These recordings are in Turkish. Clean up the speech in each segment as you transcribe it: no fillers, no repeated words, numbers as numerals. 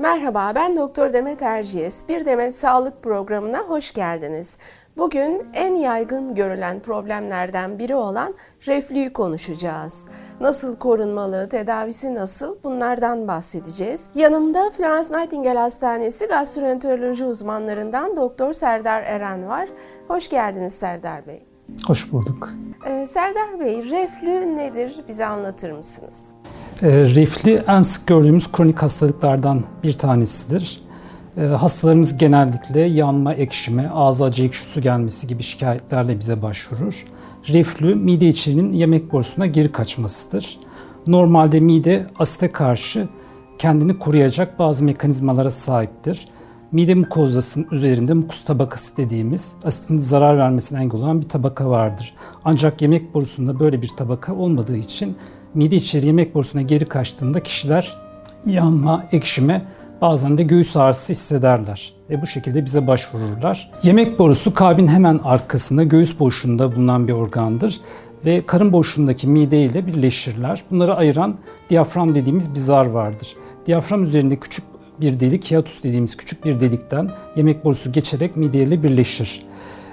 Merhaba, ben Doktor Demet Erciyes. Bir Demet Sağlık programına hoş geldiniz. Bugün en yaygın görülen problemlerden biri olan reflüyü konuşacağız. Nasıl korunmalı, tedavisi nasıl? Bunlardan bahsedeceğiz. Yanımda Florence Nightingale Hastanesi gastroenteroloji uzmanlarından Doktor Serdar Eren var. Hoş geldiniz Serdar Bey. Hoş bulduk. Serdar Bey, reflü nedir? Bize anlatır mısınız? Reflü en sık gördüğümüz kronik hastalıklardan bir tanesidir. Hastalarımız genellikle yanma, ekşime, ağza acı ekşi su gelmesi gibi şikayetlerle bize başvurur. Reflü, mide içeriğinin yemek borusuna geri kaçmasıdır. Normalde mide asite karşı kendini koruyacak bazı mekanizmalara sahiptir. Mide mukozasının üzerinde mukus tabakası dediğimiz asitin zarar vermesine engel olan bir tabaka vardır. Ancak yemek borusunda böyle bir tabaka olmadığı için mide içeri yemek borusuna geri kaçtığında kişiler yanma, ekşime, bazen de göğüs ağrısı hissederler. Bu şekilde bize başvururlar. Yemek borusu kalbin hemen arkasında, göğüs boşluğunda bulunan bir organdır ve karın boşluğundaki mide ile birleşirler. Bunları ayıran diyafram dediğimiz bir zar vardır. Diyafram üzerinde küçük bir delik, hiatus dediğimiz küçük bir delikten yemek borusu geçerek mide ile birleşir.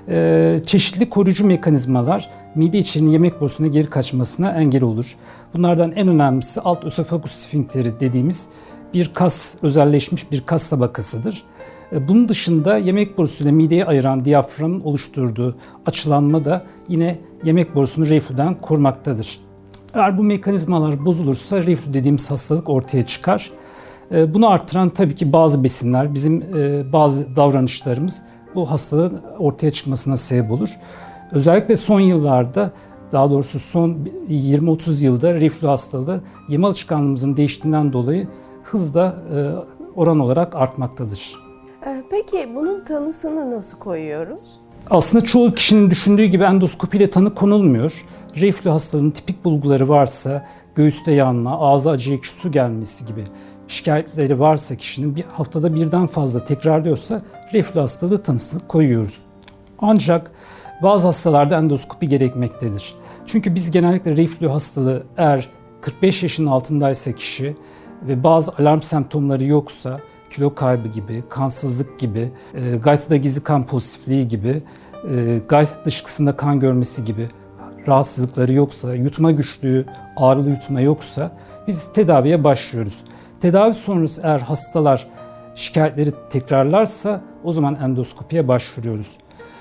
Çeşitli koruyucu mekanizmalar mide içerinin yemek borusuna geri kaçmasına engel olur. Bunlardan en önemlisi alt ösofagus sfinkteri dediğimiz bir kas, özelleşmiş bir kas tabakasıdır. Bunun dışında yemek borusuyla mideyi ayıran diyaframın oluşturduğu açılanma da yine yemek borusunu reflüden korumaktadır. Eğer bu mekanizmalar bozulursa reflü dediğimiz hastalık ortaya çıkar. Bunu artıran tabii ki bazı besinler, bizim bazı davranışlarımız bu hastalığın ortaya çıkmasına sebep olur. Özellikle son yıllarda, daha doğrusu son 20-30 yılda reflü hastalığı yeme alışkanlığımızın değiştiğinden dolayı hızla oran olarak artmaktadır. Peki bunun tanısını nasıl koyuyoruz? Aslında çoğu kişinin düşündüğü gibi endoskopiyle tanı konulmuyor. Reflü hastalığının tipik bulguları varsa, göğüste yanma, ağza acı ekşi su gelmesi gibi şikayetleri varsa kişinin bir haftada birden fazla tekrarlıyorsa reflü hastalığı tanısını koyuyoruz. Ancak bazı hastalarda endoskopi gerekmektedir. Çünkü biz genellikle reflü hastalığı eğer 45 yaşın altındaysa kişi ve bazı alarm semptomları yoksa, kilo kaybı gibi, kansızlık gibi, gaytada gizli kan pozitifliği gibi, gayet dışkısında kan görmesi gibi rahatsızlıkları yoksa, yutma güçlüğü, ağrılı yutma yoksa biz tedaviye başlıyoruz. Tedavi sonrası eğer hastalar şikayetleri tekrarlarsa o zaman endoskopiye başvuruyoruz.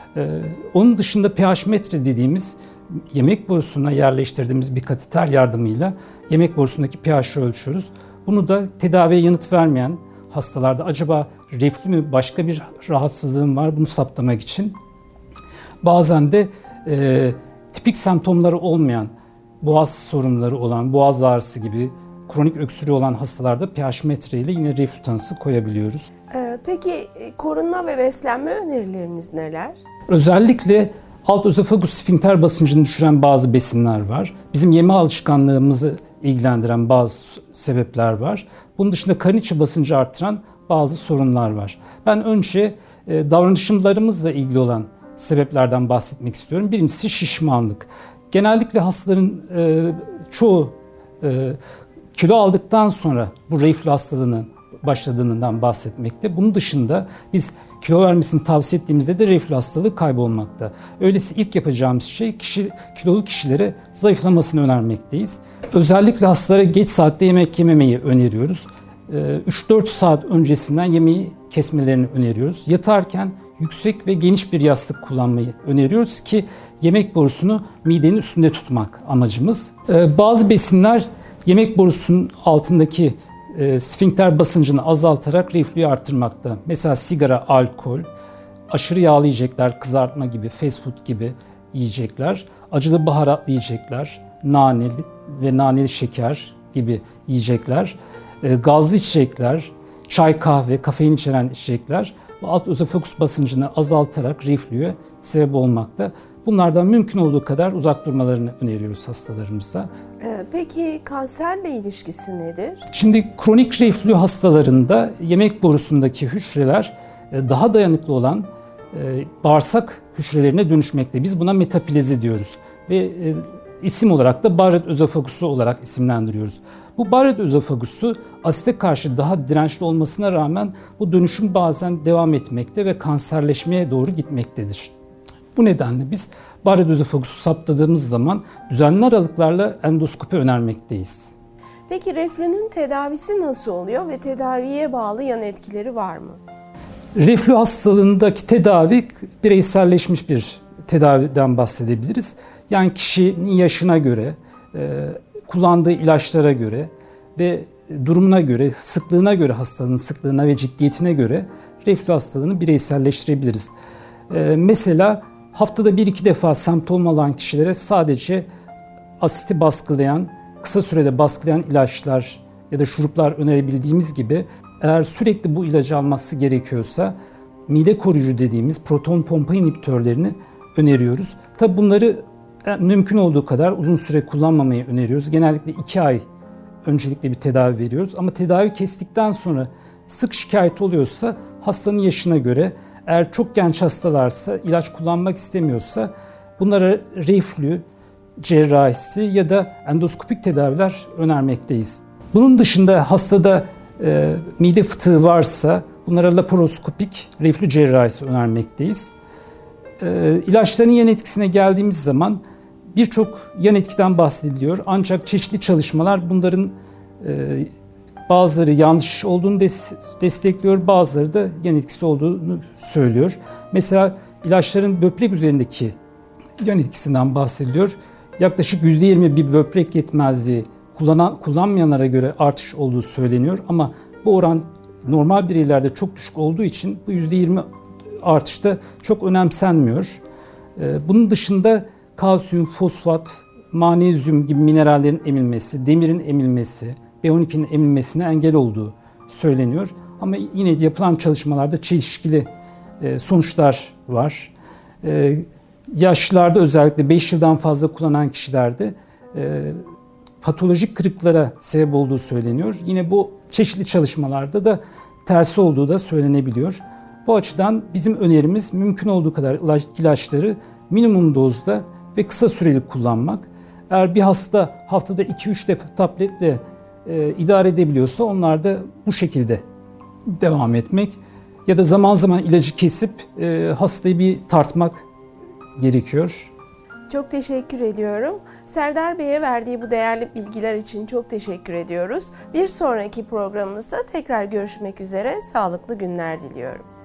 Onun dışında pH metre dediğimiz yemek borusuna yerleştirdiğimiz bir kateter yardımıyla yemek borusundaki pH'i ölçüyoruz. Bunu da tedaviye yanıt vermeyen hastalarda acaba reflü mü, başka bir rahatsızlığım var bunu saptamak için. Bazen de tipik semptomları olmayan, boğaz sorunları olan, boğaz ağrısı gibi kronik öksürüğü olan hastalarda pH metre ile yine reflü tanısı koyabiliyoruz. Peki korunma ve beslenme önerilerimiz neler? Özellikle alt özofagus sfinkter basıncını düşüren bazı besinler var. Bizim yeme alışkanlığımızı ilgilendiren bazı sebepler var. Bunun dışında karın içi basıncı artıran bazı sorunlar var. Ben önce davranışlarımızla ilgili olan sebeplerden bahsetmek istiyorum. Birincisi şişmanlık. Genellikle hastaların çoğu kilo aldıktan sonra bu reflü hastalığının başladığından bahsetmekte. Bunun dışında biz kilo vermesini tavsiye ettiğimizde de reflü hastalığı kaybolmakta. Öyleyse ilk yapacağımız şey kilolu kişilere zayıflamasını önermekteyiz. Özellikle hastalara geç saatte yemek yememeyi öneriyoruz. 3-4 saat öncesinden yemeği kesmelerini öneriyoruz. Yatarken yüksek ve geniş bir yastık kullanmayı öneriyoruz ki yemek borusunu midenin üstünde tutmak amacımız. Bazı besinler yemek borusunun altındaki sfinkter basıncını azaltarak reflüyü artırmakta. Mesela sigara, alkol, aşırı yağlı yiyecekler, kızartma gibi, fast food gibi yiyecekler, acılı baharatlı yiyecekler, naneli ve naneli şeker gibi yiyecekler, gazlı içecekler, çay, kahve, kafein içeren içecekler alt özofagus basıncını azaltarak reflüye sebep olmakta. Bunlardan mümkün olduğu kadar uzak durmalarını öneriyoruz hastalarımıza. Peki kanserle ilişkisi nedir? Şimdi kronik reflü hastalarında yemek borusundaki hücreler daha dayanıklı olan bağırsak hücrelerine dönüşmekte. Biz buna metaplezi diyoruz. Ve isim olarak da Barrett özofagusu olarak isimlendiriyoruz. Bu Barrett özofagusu asite karşı daha dirençli olmasına rağmen bu dönüşüm bazen devam etmekte ve kanserleşmeye doğru gitmektedir. Bu nedenle biz Barrett özofagusu saptadığımız zaman düzenli aralıklarla endoskopi önermekteyiz. Peki reflünün tedavisi nasıl oluyor ve tedaviye bağlı yan etkileri var mı? Reflü hastalığındaki tedavi bireyselleşmiş bir tedaviden bahsedebiliriz. Yani kişinin yaşına göre, kullandığı ilaçlara göre ve durumuna göre, sıklığına göre, hastalığın sıklığına ve ciddiyetine göre reflü hastalığını bireyselleştirebiliriz. Mesela haftada 1-2 defa semptom olan kişilere sadece asiti baskılayan, kısa sürede baskılayan ilaçlar ya da şuruplar önerebildiğimiz gibi, eğer sürekli bu ilacı alması gerekiyorsa mide koruyucu dediğimiz proton pompa inhibitörlerini öneriyoruz. Tabi bunları mümkün olduğu kadar uzun süre kullanmamayı öneriyoruz. Genellikle 2 ay öncelikle bir tedavi veriyoruz. Ama tedavi kestikten sonra sık şikayet oluyorsa hastanın yaşına göre, eğer çok genç hastalarsa, ilaç kullanmak istemiyorsa bunlara reflü cerrahisi ya da endoskopik tedaviler önermekteyiz. Bunun dışında hastada mide fıtığı varsa bunlara laparoskopik reflü cerrahisi önermekteyiz. İlaçların yan etkisine geldiğimiz zaman birçok yan etkiden bahsediliyor. Ancak çeşitli çalışmalar bunların bazıları yanlış olduğunu destekliyor, bazıları da yan etkisi olduğunu söylüyor. Mesela ilaçların böbrek üzerindeki yan etkisinden bahsediliyor. Yaklaşık %20 bir böbrek yetmezliği kullanmayanlara göre artış olduğu söyleniyor. Ama bu oran normal bireylerde çok düşük olduğu için bu %20 artışta çok önemsenmiyor. Bunun dışında kalsiyum, fosfat, magnezyum gibi minerallerin emilmesi, demirin emilmesi, B12'nin emilmesine engel olduğu söyleniyor. Ama yine yapılan çalışmalarda çelişkili sonuçlar var. Yaşlılarda özellikle 5 yıldan fazla kullanan kişilerde patolojik kırıklara sebep olduğu söyleniyor. Yine bu çeşitli çalışmalarda da tersi olduğu da söylenebiliyor. Bu açıdan bizim önerimiz mümkün olduğu kadar ilaçları minimum dozda ve kısa süreli kullanmak. Eğer bir hasta haftada 2-3 defa tabletle idare edebiliyorsa onlar da bu şekilde devam etmek ya da zaman zaman ilacı kesip hastayı bir tartmak gerekiyor. Çok teşekkür ediyorum. Serdar Bey'e verdiği bu değerli bilgiler için çok teşekkür ediyoruz. Bir sonraki programımızda tekrar görüşmek üzere. Sağlıklı günler diliyorum.